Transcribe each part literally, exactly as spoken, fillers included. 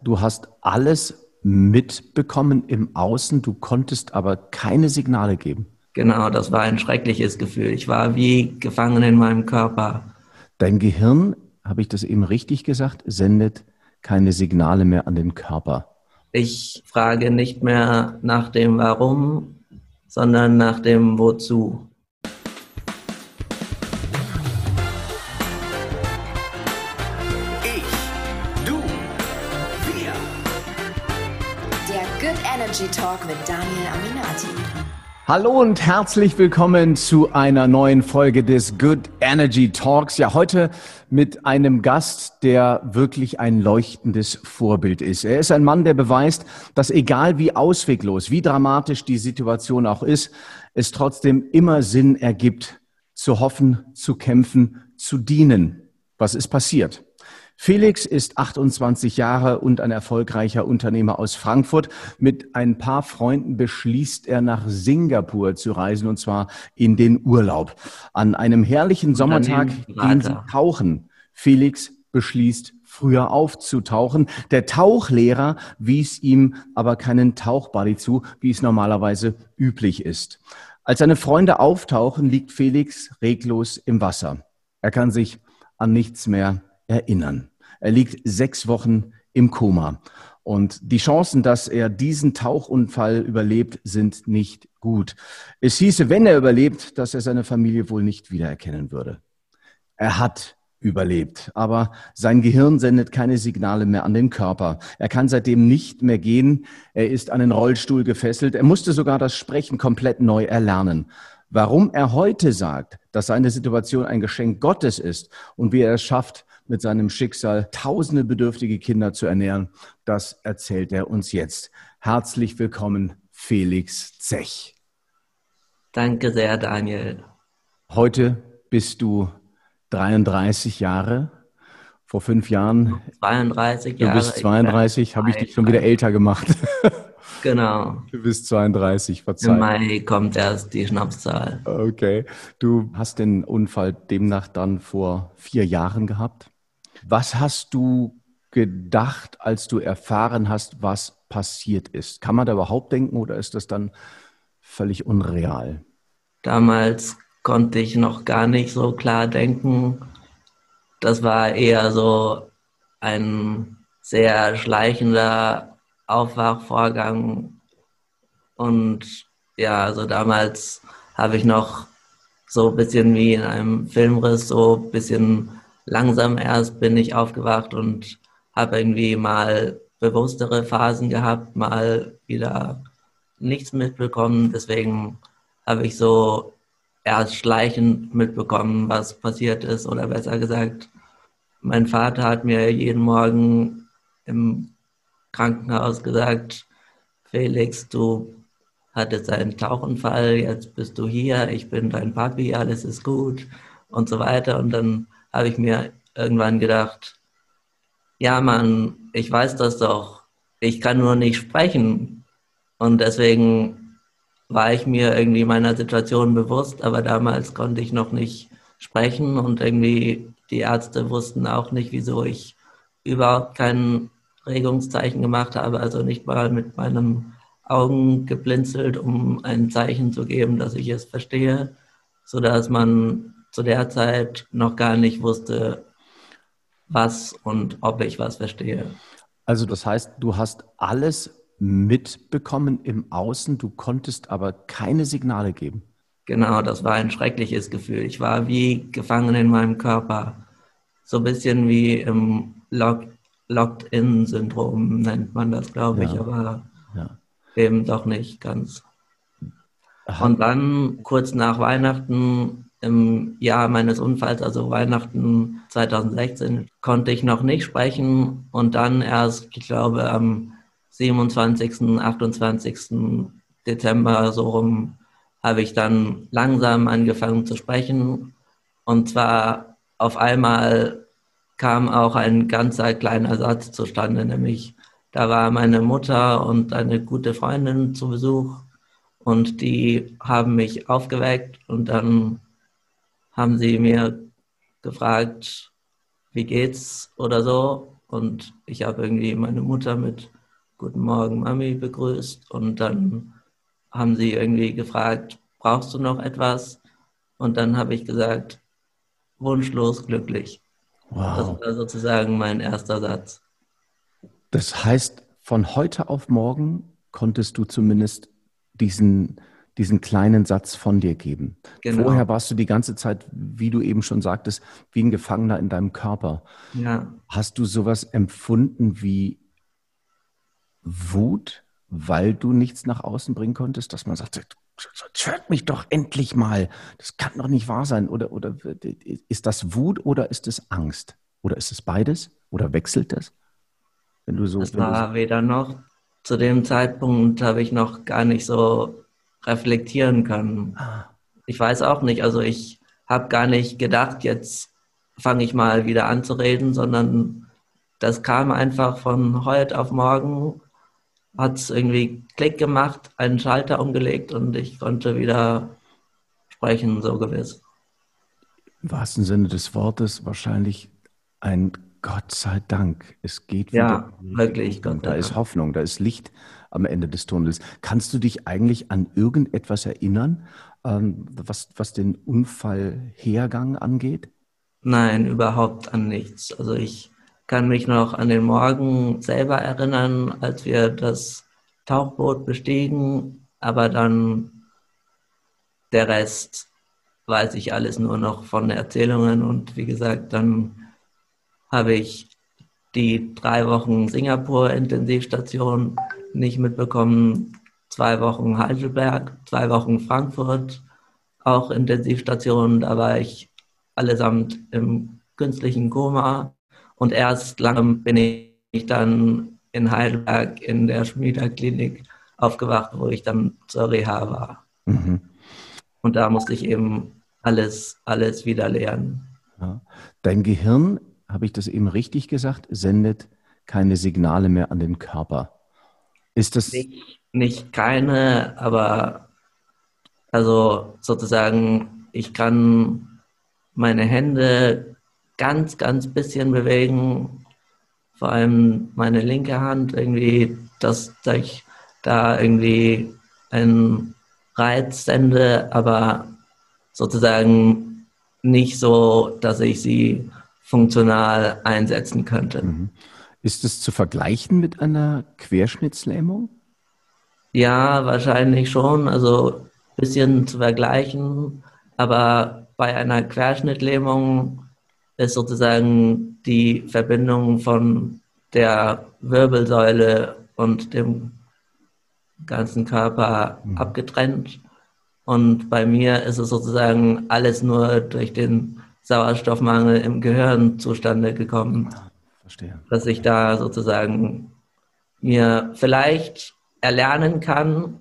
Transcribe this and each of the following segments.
du hast alles mitbekommen im Außen, du konntest aber keine Signale geben. Genau, das war ein schreckliches Gefühl. Ich war wie gefangen in meinem Körper. Dein Gehirn, habe ich das eben richtig gesagt, sendet keine Signale mehr an den Körper. Ich frage nicht mehr nach dem Warum, sondern nach dem Wozu. Ich, du, wir. Der Good Energy Talk mit Daniel Aminati. Hallo und herzlich willkommen zu einer neuen Folge des Good Energy Talks. Ja, heute mit einem Gast, der wirklich ein leuchtendes Vorbild ist. Er ist ein Mann, der beweist, dass egal wie ausweglos, wie dramatisch die Situation auch ist, es trotzdem immer Sinn ergibt, zu hoffen, zu kämpfen, zu dienen. Was ist passiert? Felix ist achtundzwanzig Jahre und ein erfolgreicher Unternehmer aus Frankfurt. Mit ein paar Freunden beschließt er, nach Singapur zu reisen, und zwar in den Urlaub. An einem herrlichen Sommertag gehen sie tauchen. Felix beschließt, früher aufzutauchen. Der Tauchlehrer wies ihm aber keinen Tauchbuddy zu, wie es normalerweise üblich ist. Als seine Freunde auftauchen, liegt Felix reglos im Wasser. Er kann sich an nichts mehr erinnern. Er liegt sechs Wochen im Koma. Und die Chancen, dass er diesen Tauchunfall überlebt, sind nicht gut. Es hieße, wenn er überlebt, dass er seine Familie wohl nicht wiedererkennen würde. Er hat überlebt, aber sein Gehirn sendet keine Signale mehr an den Körper. Er kann seitdem nicht mehr gehen. Er ist an den Rollstuhl gefesselt. Er musste sogar das Sprechen komplett neu erlernen. Warum er heute sagt, dass seine Situation ein Geschenk Gottes ist und wie er es schafft, mit seinem Schicksal tausende bedürftige Kinder zu ernähren, das erzählt er uns jetzt. Herzlich willkommen, Felix Zech. Danke sehr, Daniel. Heute bist du dreiunddreißig Jahre. Vor fünf Jahren. zweiunddreißig Jahre. Du bist zweiunddreißig, habe ich dich schon wieder älter gemacht. Genau. Du bist zweiunddreißig, verzeih. Im Mai kommt erst die Schnapszahl. Okay. Du hast den Unfall demnach dann vor vier Jahren gehabt. Was hast du gedacht, als du erfahren hast, was passiert ist? Kann man da überhaupt denken oder ist das dann völlig unreal? Damals konnte ich noch gar nicht so klar denken. Das war eher so ein sehr schleichender Aufwachvorgang. Und ja, also damals habe ich noch so ein bisschen wie in einem Filmriss, so ein bisschen langsam erst bin ich aufgewacht und habe irgendwie mal bewusstere Phasen gehabt, mal wieder nichts mitbekommen. Deswegen habe ich so erst schleichend mitbekommen, was passiert ist. Oder besser gesagt, mein Vater hat mir jeden Morgen im Krankenhaus gesagt, Felix, du hattest einen Tauchunfall, jetzt bist du hier, ich bin dein Papi, alles ist gut und so weiter. Und dann habe ich mir irgendwann gedacht, ja Mann, ich weiß das doch, ich kann nur nicht sprechen. Und deswegen war ich mir irgendwie meiner Situation bewusst, aber damals konnte ich noch nicht sprechen und irgendwie die Ärzte wussten auch nicht, wieso ich überhaupt kein Regungszeichen gemacht habe, also nicht mal mit meinen Augen geblinzelt, um ein Zeichen zu geben, dass ich es verstehe, sodass man zu der Zeit noch gar nicht wusste, was und ob ich was verstehe. Also das heißt, du hast alles mitbekommen im Außen, du konntest aber keine Signale geben. Genau, das war ein schreckliches Gefühl. Ich war wie gefangen in meinem Körper. So ein bisschen wie im Lock, Locked-In-Syndrom nennt man das, glaube Ja. ich, aber Ja. eben doch nicht ganz. Aha. Und dann kurz nach Weihnachten im Jahr meines Unfalls, also Weihnachten zweitausendsechzehn, konnte ich noch nicht sprechen und dann erst, ich glaube, am siebenundzwanzigsten, achtundzwanzigsten Dezember so rum habe ich dann langsam angefangen zu sprechen und zwar auf einmal kam auch ein ganzer kleiner Satz zustande, nämlich da war meine Mutter und eine gute Freundin zu Besuch und die haben mich aufgeweckt und dann haben sie mir gefragt, wie geht's oder so. und ich habe irgendwie meine Mutter mit Guten Morgen, Mami begrüßt und dann haben sie irgendwie gefragt, brauchst du noch etwas? Und dann habe ich gesagt, wunschlos glücklich. Das Wow. war sozusagen mein erster Satz. Das heißt, von heute auf morgen konntest du zumindest diesen, diesen kleinen Satz von dir geben. Genau. Vorher warst du die ganze Zeit, wie du eben schon sagtest, wie ein Gefangener in deinem Körper. Ja. Hast du sowas empfunden wie Wut, weil du nichts nach außen bringen konntest, dass man sagt, hört mich doch endlich mal, das kann doch nicht wahr sein. Oder, oder ist das Wut oder ist es Angst? Oder ist es beides? Oder wechselt das? Wenn du so, Das wenn du so war weder noch. Zu dem Zeitpunkt habe ich noch gar nicht so reflektieren können. Ah, Ich weiß auch nicht, also ich habe gar nicht gedacht, jetzt fange ich mal wieder an zu reden, sondern das kam einfach von heute auf morgen, hat es irgendwie Klick gemacht, einen Schalter umgelegt und ich konnte wieder sprechen, so gewiss. im wahrsten Sinne des Wortes wahrscheinlich ein Gott sei Dank. Es geht wieder Ja, in die richtige wirklich, Richtung. Gott Da sei ist Dank. Hoffnung, da ist Licht am Ende des Tunnels. Kannst du dich eigentlich an irgendetwas erinnern, ähm, was, was den Unfallhergang angeht? Nein, überhaupt an nichts. Also ich kann mich noch an den Morgen selber erinnern, als wir das Tauchboot bestiegen, aber dann der Rest weiß ich alles nur noch von Erzählungen und wie gesagt, dann habe ich die drei Wochen Singapur-Intensivstation nicht mitbekommen, zwei Wochen Heidelberg, zwei Wochen Frankfurt, auch Intensivstation, da war ich allesamt im künstlichen Koma und erst langsam bin ich dann in Heidelberg in der Schmieder-Klinik aufgewacht, wo ich dann zur Reha war. Mhm. Und da musste ich eben alles, alles wieder lernen. Ja. Dein Gehirn, habe ich das eben richtig gesagt, sendet keine Signale mehr an den Körper. Ist das, Nicht, nicht keine, aber also sozusagen, ich kann meine Hände ganz, ganz bisschen bewegen, vor allem meine linke Hand irgendwie, dass, dass ich da irgendwie einen Reiz sende, aber sozusagen nicht so, dass ich sie funktional einsetzen könnte. mhm. Ist es zu vergleichen mit einer Querschnittslähmung? Ja, wahrscheinlich schon, also ein bisschen zu vergleichen, aber bei einer Querschnittlähmung ist sozusagen die Verbindung von der Wirbelsäule und dem ganzen Körper Mhm. abgetrennt. Und bei mir ist es sozusagen alles nur durch den Sauerstoffmangel im Gehirn zustande gekommen, Verstehe. dass ich da sozusagen mir vielleicht erlernen kann,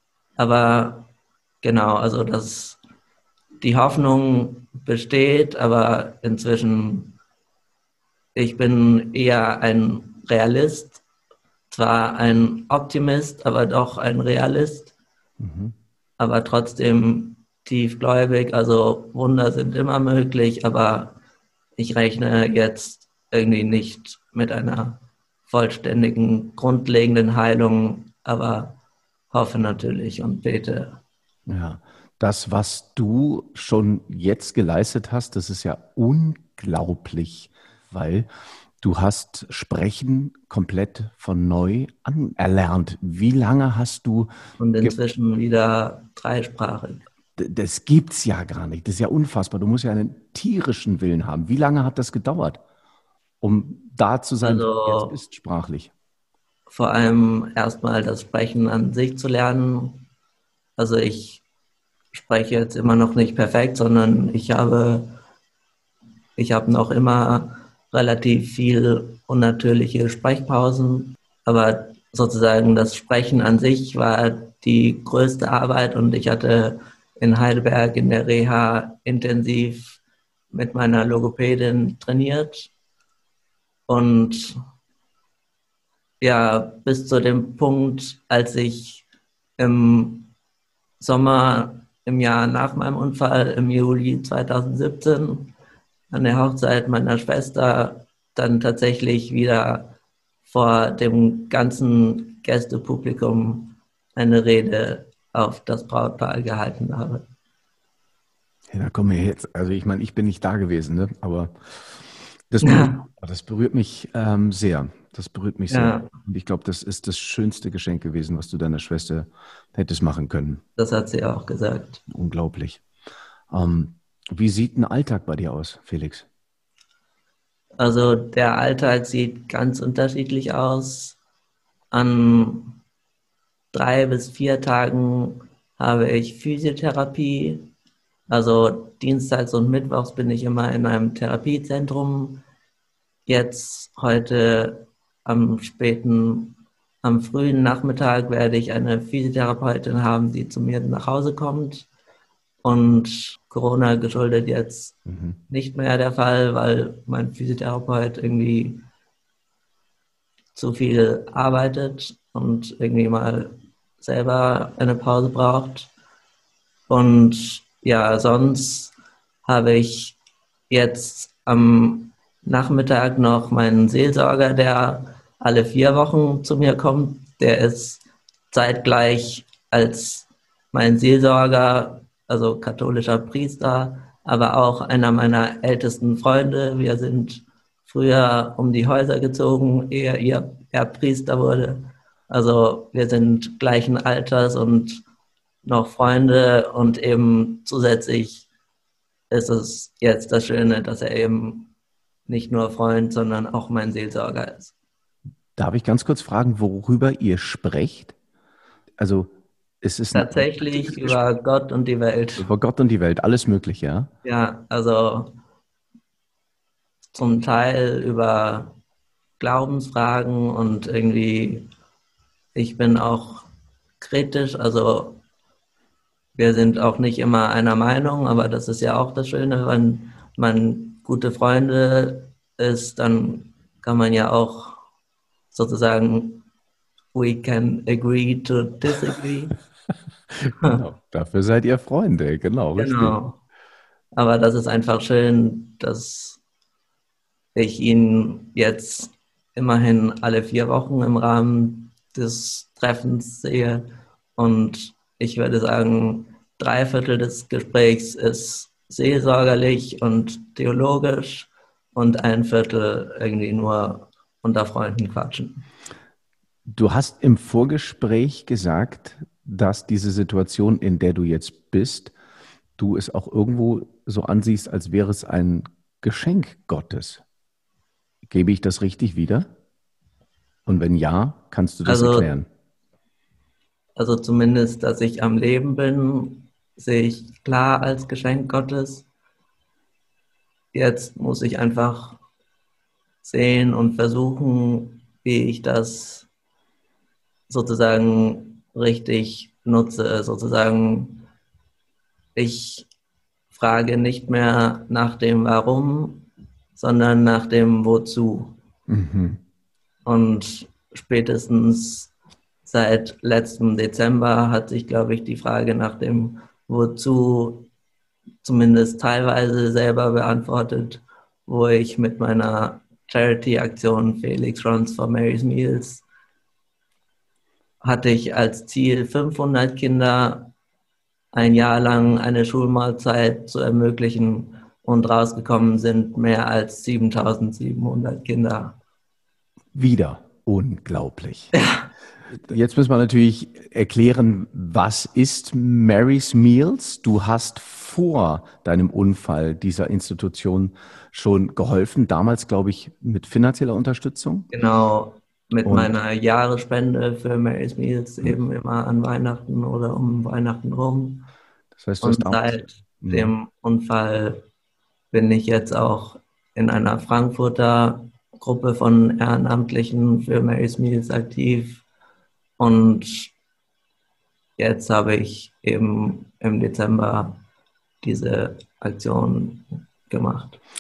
aber genau, also dass die Hoffnung besteht, aber inzwischen, ich bin eher ein Realist, zwar ein Optimist, aber doch ein Realist, Mhm. aber trotzdem tiefgläubig, also Wunder sind immer möglich, aber ich rechne jetzt irgendwie nicht mit einer vollständigen, grundlegenden Heilung, aber hoffe natürlich und bete. Ja, das, was du schon jetzt geleistet hast, das ist ja unglaublich, weil du hast Sprechen komplett von neu anerlernt. Wie lange hast du, Und ge- inzwischen wieder dreisprachig. D- das gibt's ja gar nicht, das ist ja unfassbar. Du musst ja einen tierischen Willen haben. Wie lange hat das gedauert, um da zu sein, wo du jetzt Also bist, sprachlich? vor allem erstmal das Sprechen an sich zu lernen. Also ich spreche jetzt immer noch nicht perfekt, sondern ich habe, ich habe noch immer relativ viel unnatürliche Sprechpausen. Aber sozusagen das Sprechen an sich war die größte Arbeit und ich hatte in Heidelberg in der Reha intensiv mit meiner Logopädin trainiert. Und ja, bis zu dem Punkt, als ich im Sommer im Jahr nach meinem Unfall im Juli zweitausendsiebzehn an der Hochzeit meiner Schwester dann tatsächlich wieder vor dem ganzen Gästepublikum eine Rede auf das Brautpaar gehalten habe. Ja, da kommen wir jetzt, also ich meine, ich bin nicht da gewesen, ne? aber das berührt, Ja, das berührt mich ähm, sehr. Das berührt mich sehr. ja, Und ich glaube, das ist das schönste Geschenk gewesen, was du deiner Schwester hättest machen können. das hat sie auch gesagt. Unglaublich. Ähm, wie sieht ein Alltag bei dir aus, Felix? Also der Alltag sieht ganz unterschiedlich aus. An drei bis vier Tagen habe ich Physiotherapie. Also dienstags und mittwochs bin ich immer in einem Therapiezentrum. Jetzt heute am späten, am frühen Nachmittag werde ich eine Physiotherapeutin haben, die zu mir nach Hause kommt. Und Corona geschuldet jetzt Mhm. nicht mehr der Fall, weil mein Physiotherapeut irgendwie zu viel arbeitet und irgendwie mal selber eine Pause braucht. Und ja, sonst habe ich jetzt am Nachmittag noch meinen Seelsorger, der alle vier Wochen zu mir kommt. Der ist zeitgleich als mein Seelsorger, also katholischer Priester, aber auch einer meiner ältesten Freunde. Wir sind früher um die Häuser gezogen, ehe er, er Priester wurde. Also wir sind gleichen Alters und noch Freunde und eben zusätzlich ist es jetzt das Schöne, dass er eben nicht nur Freund, sondern auch mein Seelsorger ist. Darf ich ganz kurz fragen, worüber ihr sprecht? Also es ist ein Tatsächlich über Gott und die Welt. über Gott und die Welt, alles Mögliche, ja? Ja, also zum Teil über Glaubensfragen und irgendwie, ich bin auch kritisch, also wir sind auch nicht immer einer Meinung, aber das ist ja auch das Schöne, wenn man gute Freunde ist, dann kann man ja auch sozusagen, we can agree to disagree. Genau. Dafür seid ihr Freunde, genau, richtig. Genau. Aber das ist einfach schön, dass ich ihn jetzt immerhin alle vier Wochen im Rahmen des Treffens sehe. Und ich würde sagen, drei Viertel des Gesprächs ist seelsorgerlich und theologisch und ein Viertel irgendwie nur unter Freunden quatschen. Du hast im Vorgespräch gesagt, dass diese Situation, in der du jetzt bist, du es auch irgendwo so ansiehst, als wäre es ein Geschenk Gottes. Gebe ich das richtig wieder? Und wenn ja, kannst du das Also, erklären? also zumindest, dass ich am Leben bin, sehe ich klar als Geschenk Gottes. Jetzt muss ich einfach sehen und versuchen, wie ich das sozusagen richtig nutze. Sozusagen, ich frage nicht mehr nach dem Warum, sondern nach dem Wozu. Mhm. Und spätestens seit letztem Dezember hat sich, glaube ich, die Frage nach dem Wozu zumindest teilweise selber beantwortet, wo ich mit meiner Charity-Aktion Felix Runs for Mary's Meals hatte ich als Ziel, fünfhundert Kinder ein Jahr lang eine Schulmahlzeit zu ermöglichen und rausgekommen sind mehr als siebentausendsiebenhundert Kinder. Wieder unglaublich. Jetzt müssen wir natürlich erklären, was ist Mary's Meals? Du hast vor deinem Unfall dieser Institution schon geholfen, damals, glaube ich, mit finanzieller Unterstützung. Genau, mit Und- meiner Jahresspende für Mary's Meals eben immer an Weihnachten oder um Weihnachten rum. Das heißt, du hast Und damals, seit dem Unfall bin ich jetzt auch in einer Frankfurter Gruppe von Ehrenamtlichen für Mary's Meals aktiv. Und jetzt habe ich eben im Dezember diese Aktion gemacht.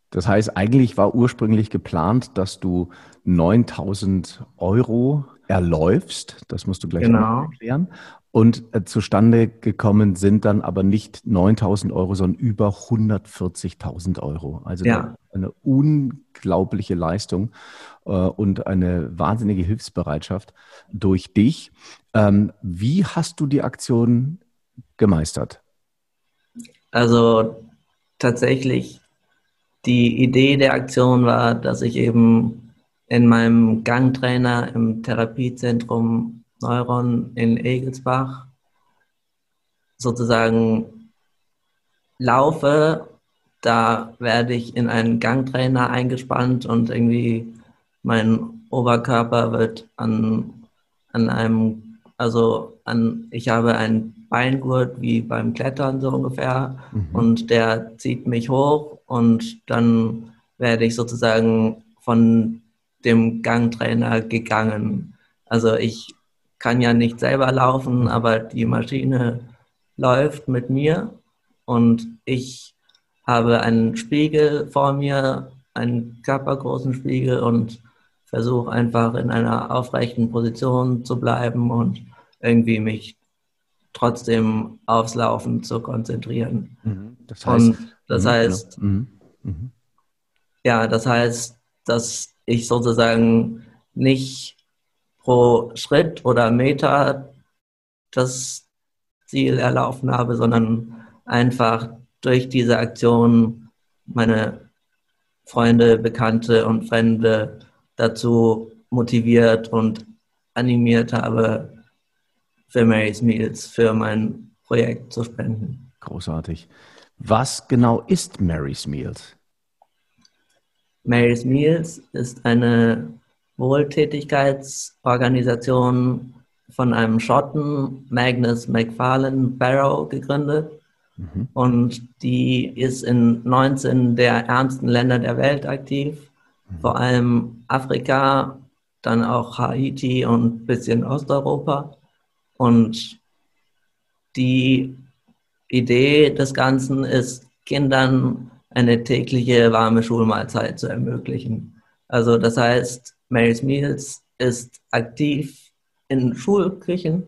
Das heißt, eigentlich war ursprünglich geplant, dass du neuntausend Euro erläufst. Das musst du gleich auch Genau. erklären. Und äh, zustande gekommen sind dann aber nicht neuntausend Euro, sondern über hundertvierzigtausend Euro. Also Ja. eine unglaubliche Leistung äh, und eine wahnsinnige Hilfsbereitschaft durch dich. Ähm, wie hast du die Aktion gemeistert? Also tatsächlich, die Idee der Aktion war, dass ich eben in meinem Gangtrainer im Therapiezentrum Neuron in Egelsbach sozusagen laufe. Da werde ich in einen Gangtrainer eingespannt und irgendwie mein Oberkörper wird an, an einem, also an, ich habe einen Beingurt wie beim Klettern so ungefähr Mhm. und der zieht mich hoch und dann werde ich sozusagen von dem Gangtrainer gegangen. Also ich kann ja nicht selber laufen, aber die Maschine läuft mit mir und ich habe einen Spiegel vor mir, einen körpergroßen Spiegel und versuche einfach in einer aufrechten Position zu bleiben und irgendwie mich trotzdem aufs Laufen zu konzentrieren. Mhm. Das heißt, Und das mhm, genau. heißt, Mhm. Mhm. ja, das heißt, dass ich sozusagen nicht pro Schritt oder Meter das Ziel erlaufen habe, sondern einfach durch diese Aktion meine Freunde, Bekannte und Fremde dazu motiviert und animiert habe, für Mary's Meals, für mein Projekt zu spenden. Großartig. Was genau ist Mary's Meals? Mary's Meals ist eine Wohltätigkeitsorganisation von einem Schotten, Magnus MacFarlane Barrow, gegründet. Mhm. Und die ist in neunzehn der ärmsten Länder der Welt aktiv, Mhm. vor allem Afrika, dann auch Haiti und ein bisschen Osteuropa. Und die Idee des Ganzen ist, Kindern eine tägliche warme Schulmahlzeit zu ermöglichen. Also das heißt, Mary's Meals ist aktiv in Schulküchen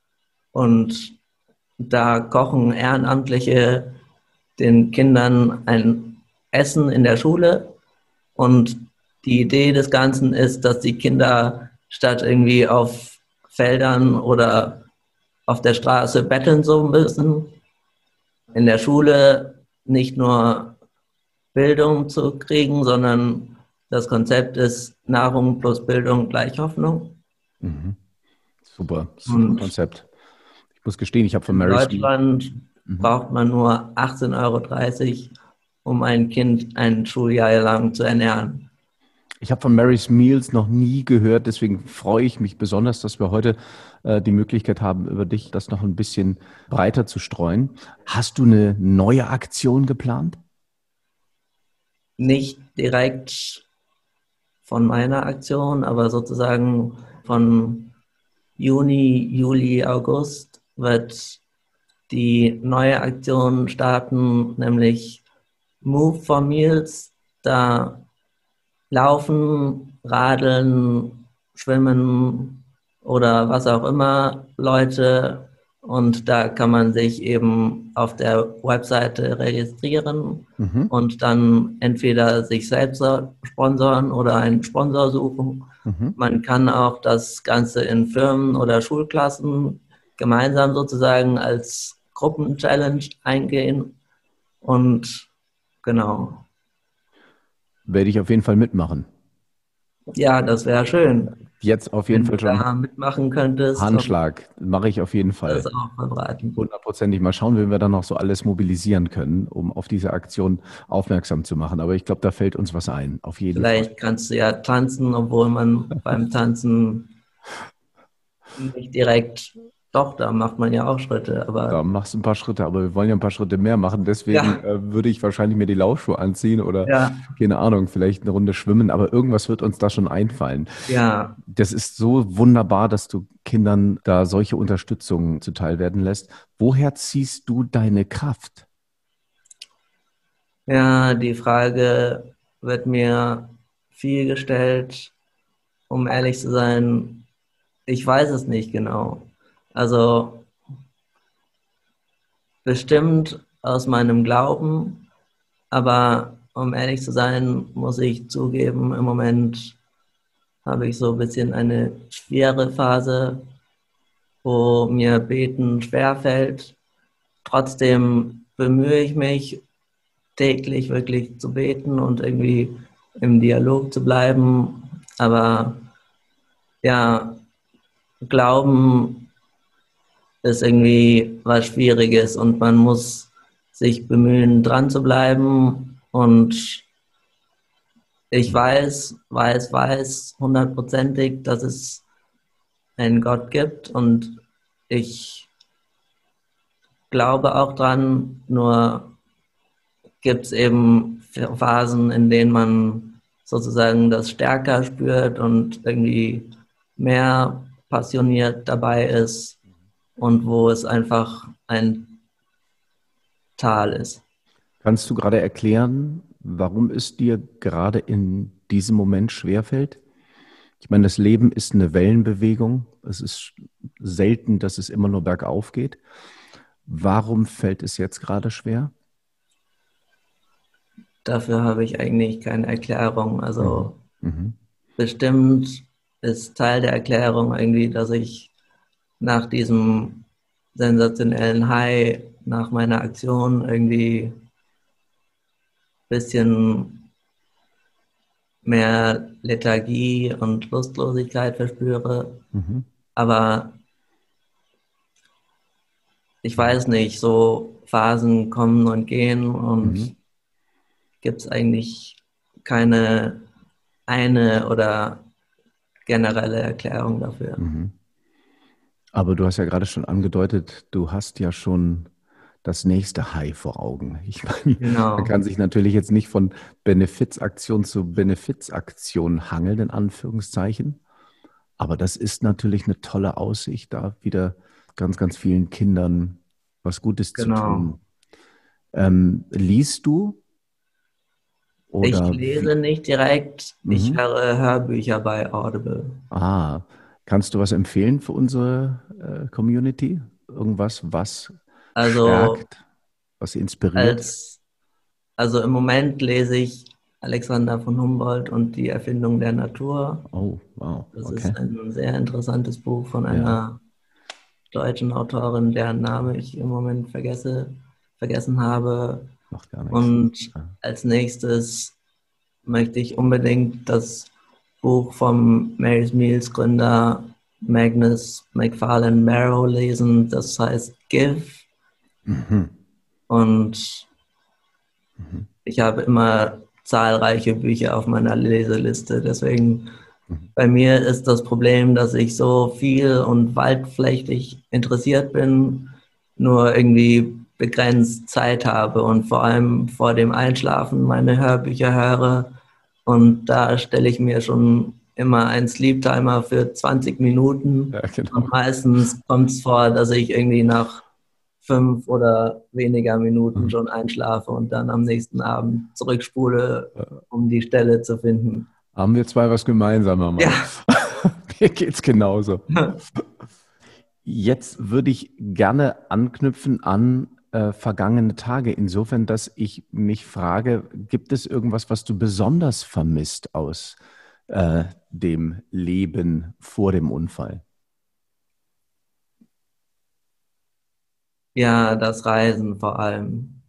und da kochen Ehrenamtliche den Kindern ein Essen in der Schule und die Idee des Ganzen ist, dass die Kinder statt irgendwie auf Feldern oder auf der Straße betteln so müssen, in der Schule nicht nur Bildung zu kriegen, sondern das Konzept ist Nahrung plus Bildung gleich Hoffnung. Mhm. Super, super Und Konzept. Ich muss gestehen, ich habe von in Mary's Meals. Deutschland Mhm. braucht man nur achtzehn Euro dreißig, um ein Kind ein Schuljahr lang zu ernähren. Ich habe von Mary's Meals noch nie gehört, deswegen freue ich mich besonders, dass wir heute äh, die Möglichkeit haben, über dich das noch ein bisschen breiter zu streuen. Hast du eine neue Aktion geplant? Nicht direkt von meiner Aktion, aber sozusagen von Juni, Juli, August wird die neue Aktion starten, nämlich Move for Meals. Da laufen, radeln, schwimmen oder was auch immer Leute und da kann man sich eben auf der Webseite registrieren Mhm. und dann entweder sich selbst sponsoren oder einen Sponsor suchen. Mhm. Man kann auch das Ganze in Firmen oder Schulklassen gemeinsam sozusagen als Gruppenchallenge eingehen und genau. Werde ich auf jeden Fall mitmachen. Ja, das wäre schön. Jetzt auf jeden Wenn Fall du schon da mitmachen könntest und Handschlag. Mache ich auf jeden Fall. das auch verbreiten. Hundertprozentig. Mal schauen, wie wir dann noch so alles mobilisieren können, um auf diese Aktion aufmerksam zu machen. Aber ich glaube, da fällt uns was ein. Auf jeden Fall. Vielleicht kannst du ja tanzen, obwohl man beim Tanzen nicht direkt, doch, da macht man ja auch Schritte, aber Da machst du ein paar Schritte, aber wir wollen ja ein paar Schritte mehr machen. Deswegen Ja. äh, würde ich wahrscheinlich mir die Laufschuhe anziehen oder, ja, keine Ahnung, vielleicht eine Runde schwimmen. Aber irgendwas wird uns da schon einfallen. ja, Das ist so wunderbar, dass du Kindern da solche Unterstützung zuteil werden lässt. Woher ziehst du deine Kraft? Ja, die Frage wird mir viel gestellt, um ehrlich zu sein. Ich weiß es nicht genau. Also bestimmt aus meinem Glauben, aber um ehrlich zu sein, muss ich zugeben, im Moment habe ich so ein bisschen eine schwere Phase, wo mir Beten schwerfällt. Trotzdem bemühe ich mich, täglich wirklich zu beten und irgendwie im Dialog zu bleiben. Aber ja, Glauben ist irgendwie was Schwieriges und man muss sich bemühen, dran zu bleiben. Und ich weiß, weiß, weiß hundertprozentig, dass es einen Gott gibt und ich glaube auch dran, nur gibt es eben Phasen, in denen man sozusagen das stärker spürt und irgendwie mehr passioniert dabei ist und wo es einfach ein Tal ist. Kannst du gerade erklären, warum es dir gerade in diesem Moment schwerfällt? Ich meine, das Leben ist eine Wellenbewegung. Es ist selten, dass es immer nur bergauf geht. Warum fällt es jetzt gerade schwer? Dafür habe ich eigentlich keine Erklärung. Also Mhm. bestimmt ist Teil der Erklärung irgendwie, dass ich nach diesem sensationellen High, nach meiner Aktion irgendwie ein bisschen mehr Lethargie und Lustlosigkeit verspüre. Mhm. Aber ich weiß nicht, so Phasen kommen und gehen und Mhm. gibt es eigentlich keine eine oder generelle Erklärung dafür. Mhm. Aber du hast ja gerade schon angedeutet, du hast ja schon das nächste High vor Augen. Ich meine, man Genau, kann sich natürlich jetzt nicht von Benefizaktion zu Benefizaktion hangeln, in Anführungszeichen. Aber das ist natürlich eine tolle Aussicht, da wieder ganz, ganz vielen Kindern was Gutes zu genau. tun. Ähm, liest du Ich oder lese wie? nicht direkt, ich Mhm. höre Hörbücher bei Audible. Ah, kannst du was empfehlen für unsere äh, Community? Irgendwas, was Also stärkt, was inspiriert? als, also im Moment lese ich Alexander von Humboldt und die Erfindung der Natur. Oh, wow, Das okay. ist ein sehr interessantes Buch von Ja, einer deutschen Autorin, deren Name ich im Moment vergesse, vergessen habe. macht gar nichts. Und Ja. als nächstes möchte ich unbedingt das Buch vom Mary's Meals Gründer Magnus McFarlane Marrow lesen. Das heißt Give. Mhm. Und Mhm. ich habe immer zahlreiche Bücher auf meiner Leseliste. Deswegen Mhm. bei mir ist das Problem, dass ich so viel und waldflächig interessiert bin, nur irgendwie begrenzt Zeit habe und vor allem vor dem Einschlafen meine Hörbücher höre. Und da stelle ich mir schon immer einen Sleep Timer für zwanzig Minuten. Ja, genau. Und meistens kommt es vor, dass ich irgendwie nach fünf oder weniger Minuten Mhm. schon einschlafe und dann am nächsten Abend zurückspule, Äh, um die Stelle zu finden. Haben wir zwei was gemeinsam, Mama? Ja. Mir geht's genauso. Jetzt würde ich gerne anknüpfen an äh, vergangene Tage, insofern, dass ich mich frage, gibt es irgendwas, was du besonders vermisst aus äh, dem Leben vor dem Unfall? Ja, das Reisen vor allem.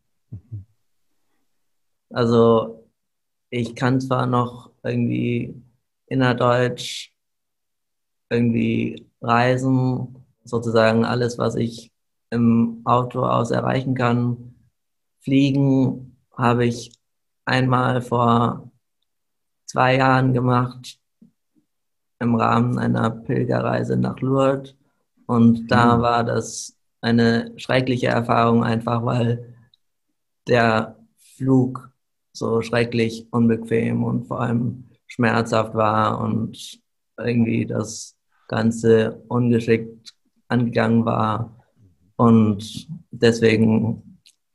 Also ich kann zwar noch irgendwie innerdeutsch irgendwie reisen, sozusagen alles, was ich im Auto aus erreichen kann. Fliegen habe ich einmal vor zwei Jahren gemacht im Rahmen einer Pilgerreise nach Lourdes. Und da Hm. war das eine schreckliche Erfahrung, einfach weil der Flug so schrecklich unbequem und vor allem schmerzhaft war und irgendwie das Ganze ungeschickt angegangen war. Und deswegen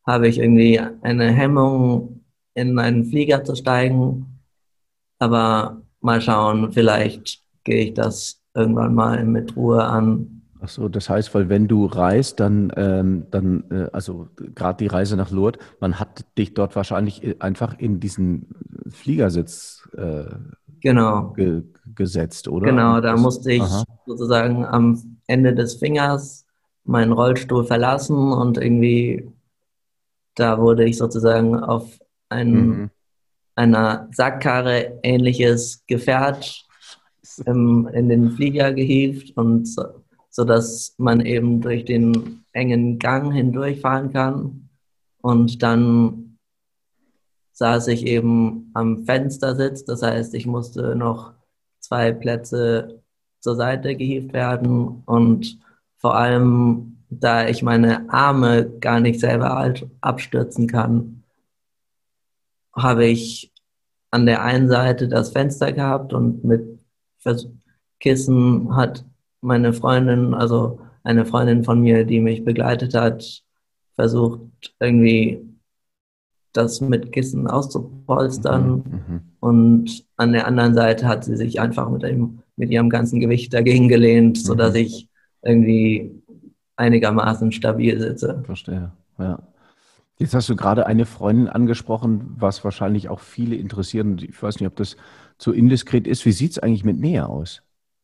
habe ich irgendwie eine Hemmung, in einen Flieger zu steigen. Aber mal schauen, vielleicht gehe ich das irgendwann mal mit Ruhe an. Ach so, das heißt, weil wenn du reist, dann, ähm, dann äh, also gerade die Reise nach Lourdes, man hat dich dort wahrscheinlich äh, einfach in diesen Fliegersitz äh, Genau, ge gesetzt, oder? Und genau, da das, musste aha. ich sozusagen am Ende des Fingers meinen Rollstuhl verlassen und irgendwie, da wurde ich sozusagen auf ein, Mhm. einer Sackkarre ähnliches Gefährt ähm, in den Flieger gehievt und so, so dass man eben durch den engen Gang hindurchfahren kann. Und dann saß ich eben am Fenstersitz, das heißt, ich musste noch zwei Plätze zur Seite gehievt werden und vor allem, da ich meine Arme gar nicht selber halt abstürzen kann, habe ich an der einen Seite das Fenster gehabt und mit Vers- Kissen hat meine Freundin, also eine Freundin von mir, die mich begleitet hat, versucht irgendwie das mit Kissen Mhm. auszupolstern Mhm. und an der anderen Seite hat sie sich einfach mit, dem, mit ihrem ganzen Gewicht dagegen gelehnt, sodass Mhm. ich irgendwie einigermaßen stabil sitze. Verstehe, ja. Jetzt hast du gerade eine Freundin angesprochen, was wahrscheinlich auch viele interessiert. Und ich weiß nicht, ob das zu indiskret ist. Wie sieht es eigentlich mit Nähe aus?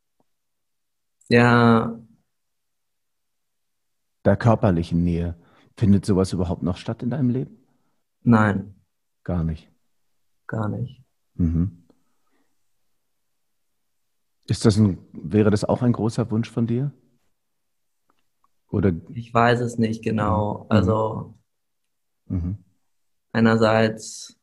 Ja, Der körperlichen Nähe. Findet sowas überhaupt noch statt in deinem Leben? nein, Gar nicht. gar nicht. Mhm. Ist das ein, wäre das auch ein großer Wunsch von dir? Oder? Ich weiß es nicht Mhm. genau. Mhm. Also Mhm. einerseits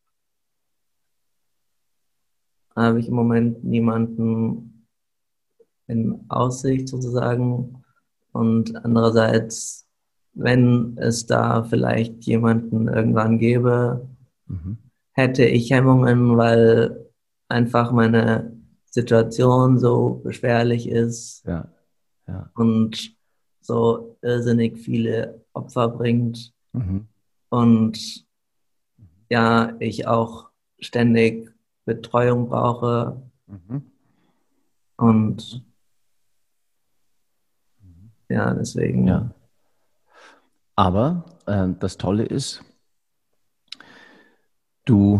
habe ich im Moment niemanden in Aussicht sozusagen und andererseits, wenn es da vielleicht jemanden irgendwann gäbe, Mhm. hätte ich Hemmungen, weil einfach meine Situation so beschwerlich ist Ja, ja. und so irrsinnig viele Opfer bringt Mhm. und ja, ich auch ständig Betreuung brauche Mhm. und ja, deswegen, Ja. Aber äh, das Tolle ist, du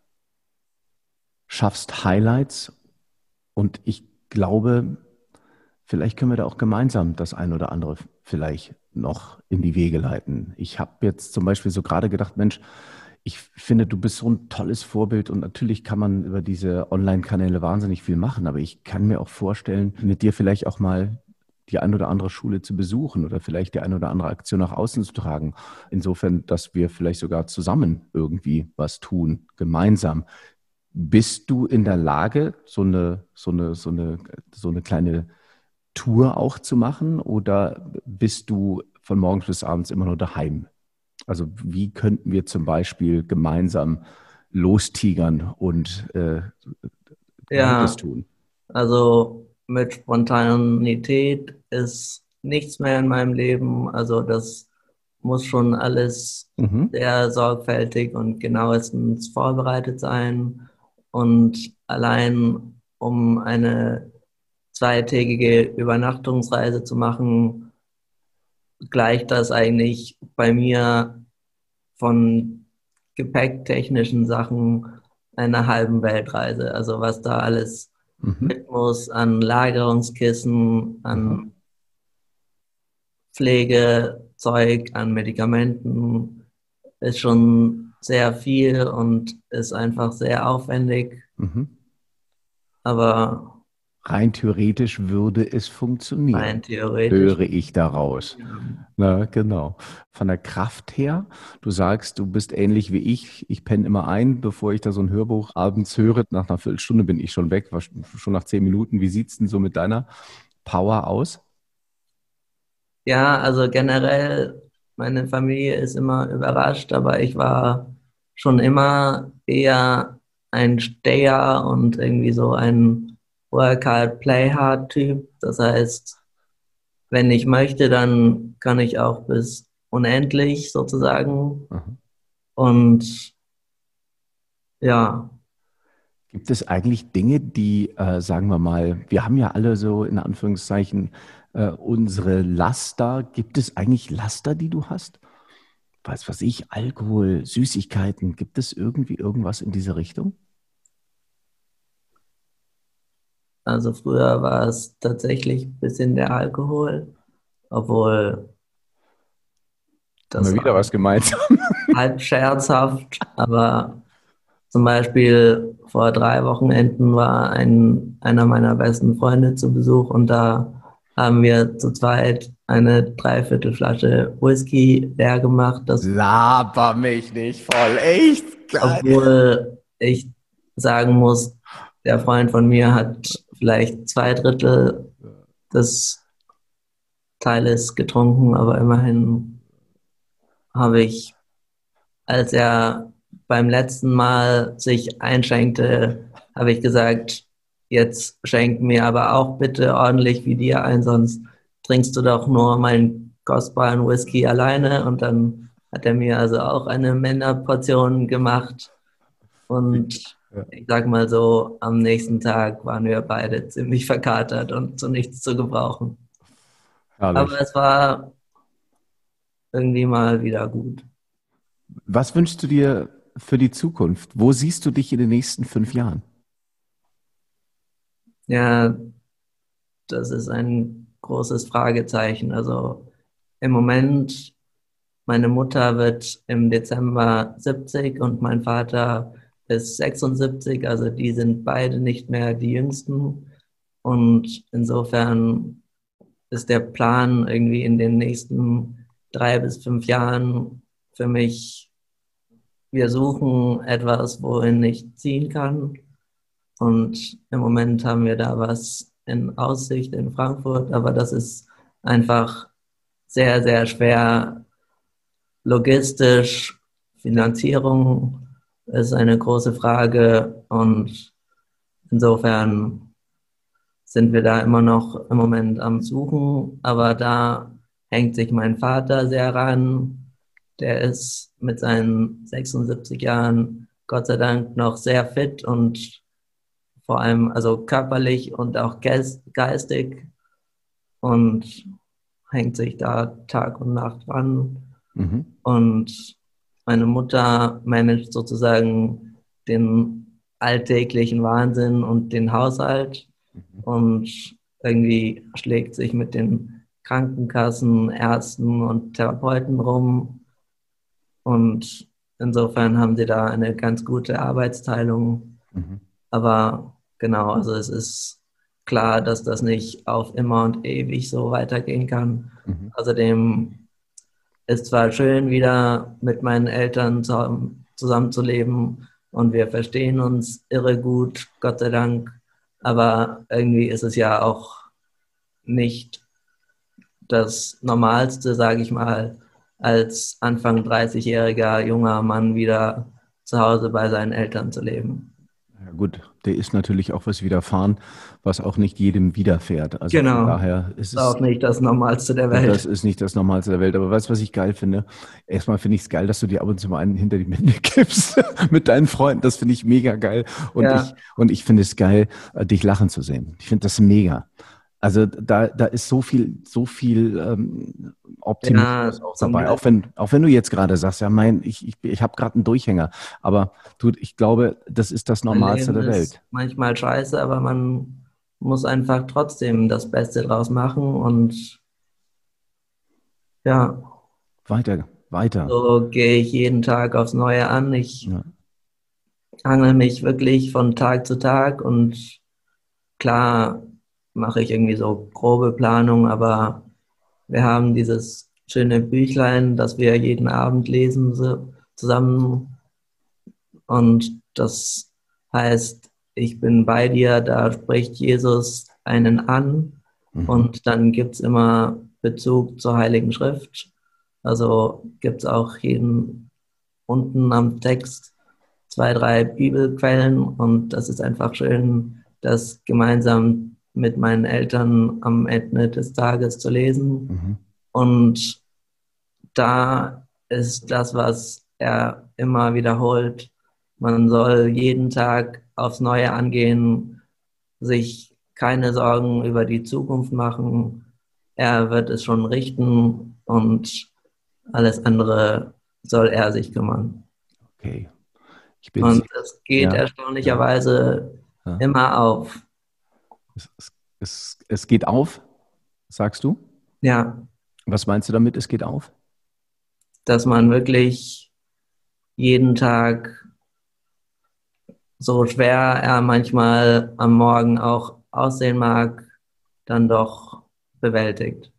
schaffst Highlights und ich glaube, vielleicht können wir da auch gemeinsam das ein oder andere vielleicht noch in die Wege leiten. Ich habe jetzt zum Beispiel so gerade gedacht, Mensch, ich finde, du bist so ein tolles Vorbild und natürlich kann man über diese Online-Kanäle wahnsinnig viel machen, aber ich kann mir auch vorstellen, mit dir vielleicht auch mal die ein oder andere Schule zu besuchen oder vielleicht die ein oder andere Aktion nach außen zu tragen. Insofern, dass wir vielleicht sogar zusammen irgendwie was tun, gemeinsam. Bist du in der Lage, so eine, so eine, so eine, so eine kleine Tour auch zu machen oder bist du von morgens bis abends immer nur daheim? Also wie könnten wir zum Beispiel gemeinsam lostigern und äh, Gutes ja, tun? also mit Spontanität ist nichts mehr in meinem Leben. Also das muss schon alles Mhm. sehr sorgfältig und genauestens vorbereitet sein. Und allein um eine zweitägige Übernachtungsreise zu machen, gleicht das eigentlich bei mir von gepäcktechnischen Sachen einer halben Weltreise. Also was da alles Mhm. mit muss an Lagerungskissen, Aha. an Pflegezeug, an Medikamenten, ist schon sehr viel und ist einfach sehr aufwendig. Mhm. Aber Rein theoretisch würde es rein funktionieren, theoretisch, höre ich daraus. ja, Na, genau. Von der Kraft her, du sagst, du bist ähnlich wie ich. Ich penne immer ein, bevor ich da so ein Hörbuch abends höre. Nach einer Viertelstunde bin ich schon weg, war schon nach zehn Minuten. Wie sieht's denn so mit deiner Power aus? ja, also generell, meine Familie ist immer überrascht, aber ich war schon immer eher ein Steher und irgendwie so ein Work hard, play hard Typ. Das heißt, wenn ich möchte, dann kann ich auch bis unendlich sozusagen. Aha. Und ja. Gibt es eigentlich Dinge, die, äh, sagen wir mal, wir haben ja alle so in Anführungszeichen äh, unsere Laster. Gibt es eigentlich Laster, die du hast? Was weiß ich, Alkohol, Süßigkeiten. Gibt es irgendwie irgendwas in diese Richtung? Also früher war es tatsächlich ein bisschen der Alkohol, obwohl Haben das wir wieder war was gemeinsam? halb scherzhaft, aber zum Beispiel vor drei Wochenenden war ein, einer meiner besten Freunde zu Besuch und da haben wir zu zweit eine Dreiviertelflasche Whisky leer gemacht, das, Laber mich nicht voll. Echt geil. obwohl ich sagen muss, der Freund von mir hat vielleicht zwei Drittel des Teiles getrunken, aber immerhin habe ich, als er beim letzten Mal sich einschenkte, habe ich gesagt, jetzt schenk mir aber auch bitte ordentlich wie dir ein, sonst trinkst du doch nur meinen kostbaren Whisky alleine. Und dann hat er mir also auch eine Männerportion gemacht. Und Ja. ich sag mal so, am nächsten Tag waren wir beide ziemlich verkatert und zu nichts zu gebrauchen. Herrlich. Aber es war irgendwie mal wieder gut. Was wünschst du dir für die Zukunft? Wo siehst du dich in den nächsten fünf Jahren? Ja, das ist ein großes Fragezeichen. Also im Moment, meine Mutter wird im Dezember siebzig und mein Vater ist sechsundsiebzig. Also die sind beide nicht mehr die Jüngsten. Und insofern ist der Plan irgendwie in den nächsten drei bis fünf Jahren für mich, wir suchen etwas, wohin ich ziehen kann. Und im Moment haben wir da was in Aussicht in Frankfurt, aber das ist einfach sehr, sehr schwer logistisch. Finanzierung ist eine große Frage und insofern sind wir da immer noch im Moment am Suchen, aber da hängt sich mein Vater sehr ran. Der ist mit seinen sechsundsiebzig Jahren Gott sei Dank noch sehr fit und vor allem also körperlich und auch geistig und hängt sich da Tag und Nacht ran. Mhm. Und meine Mutter managt sozusagen den alltäglichen Wahnsinn und den Haushalt und irgendwie schlägt sich mit den Krankenkassen, Ärzten und Therapeuten rum. Und insofern haben sie da eine ganz gute Arbeitsteilung. Mhm. Aber genau, also es ist klar, dass das nicht auf immer und ewig so weitergehen kann. Mhm. Außerdem ist zwar schön, wieder mit meinen Eltern zusammenzuleben und wir verstehen uns irre gut, Gott sei Dank, aber irgendwie ist es ja auch nicht das Normalste, sage ich mal, als Anfang dreißigjähriger junger Mann wieder zu Hause bei seinen Eltern zu leben. Ja gut, der ist natürlich auch was widerfahren, was auch nicht jedem widerfährt. Also Genau. von daher ist Ist auch es, nicht das Normalste der Welt. das ist nicht das Normalste der Welt. Aber weißt du, was ich geil finde? Erstmal finde ich es geil, dass du dir ab und zu mal einen hinter die Mitte kippst mit deinen Freunden. Das finde ich mega geil. Und Ja. ich, und ich finde es geil, äh, dich lachen zu sehen. Ich finde das mega. Also da, da ist so viel, so viel ähm, Optimismus Ja, auch zum dabei. Glück. Auch wenn, auch wenn du jetzt gerade sagst, ja, mein, ich, ich, ich habe gerade einen Durchhänger. Aber du, ich glaube, das ist das Mein Normalste Leben der ist Welt. manchmal scheiße, aber man muss einfach trotzdem das Beste draus machen und ja, Weiter, weiter. so gehe ich jeden Tag aufs Neue an. Ich Ja. hangel mich wirklich von Tag zu Tag und klar mache ich irgendwie so grobe Planung, aber wir haben dieses schöne Büchlein, das wir jeden Abend lesen so, zusammen und das heißt, ich bin bei dir, da spricht Jesus einen an Mhm. und dann gibt es immer Bezug zur Heiligen Schrift. Also gibt es auch jeden unten am Text zwei, drei Bibelquellen und das ist einfach schön, das gemeinsam mit meinen Eltern am Ende des Tages zu lesen. Mhm. Und da ist das, was er immer wiederholt. Man soll jeden Tag aufs Neue angehen, sich keine Sorgen über die Zukunft machen. Er wird es schon richten und alles andere soll er sich kümmern. Okay. Ich bin Und es geht ja. erstaunlicherweise ja. immer auf. Es, es, es geht auf, sagst du? Ja. Was meinst du damit, es geht auf? Dass man wirklich jeden Tag, so schwer er manchmal am Morgen auch aussehen mag, dann doch bewältigt.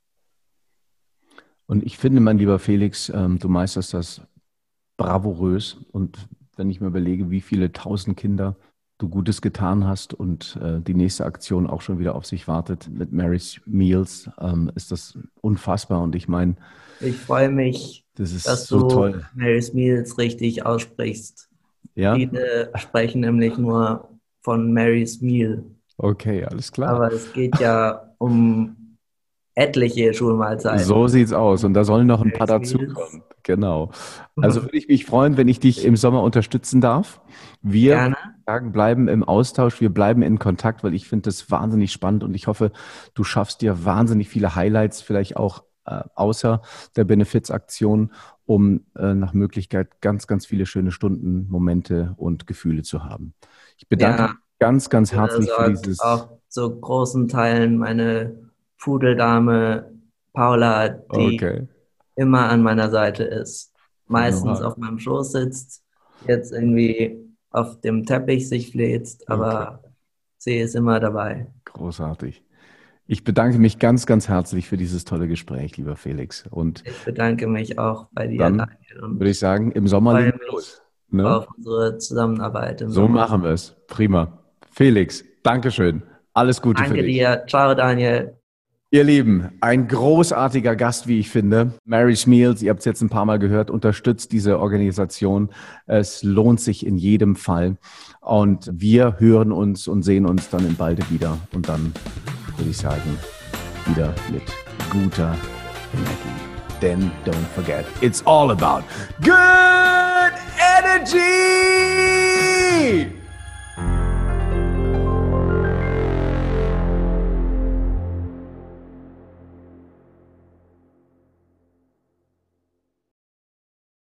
Und ich finde, mein lieber Felix, ähm, du meisterst das bravourös. Und wenn ich mir überlege, wie viele tausend Kinder du Gutes getan hast und äh, die nächste Aktion auch schon wieder auf sich wartet mit Mary's Meals, ähm, ist das unfassbar. Und ich meine, ich freue mich, das ist dass so du toll. Mary's Meals richtig aussprichst. Ja? Viele sprechen nämlich nur von Mary's Meal. Okay, alles klar. Aber es geht ja um etliche Schulmahlzeiten. So sieht's aus. Und da sollen noch ein paar dazukommen. Genau. Also würde ich mich freuen, wenn ich dich im Sommer unterstützen darf. Wir Gerne. sagen, bleiben im Austausch, wir bleiben in Kontakt, weil ich finde das wahnsinnig spannend und ich hoffe, du schaffst dir wahnsinnig viele Highlights, vielleicht auch äh, außer der Benefizaktion, um äh, nach Möglichkeit ganz, ganz viele schöne Stunden, Momente und Gefühle zu haben. Ich bedanke Ja. mich ganz, ganz herzlich für dieses... Auch zu großen Teilen meine Pudeldame Paula, die Okay. immer an meiner Seite ist. Meistens Wunderbar. auf meinem Schoß sitzt, jetzt irgendwie auf dem Teppich sich fläzt, aber okay. Sie ist immer dabei. Großartig. Ich bedanke mich ganz, ganz herzlich für dieses tolle Gespräch, lieber Felix. Und ich bedanke mich auch bei dir, dann Daniel. Und würde ich sagen, im Sommer legen wir los. Ne? Auf unsere Zusammenarbeit. Im so Sommer. machen wir es. Prima. Felix, Dankeschön. Alles Gute Danke für dich. Danke dir. Ciao, Daniel. Ihr Lieben, ein großartiger Gast, wie ich finde. Mary's Meals, ihr habt es jetzt ein paar Mal gehört, unterstützt diese Organisation. Es lohnt sich in jedem Fall. Und wir hören uns und sehen uns dann in Balde wieder. Und dann würde ich sagen, wieder mit guter Energie. Denn don't forget, it's all about good energy!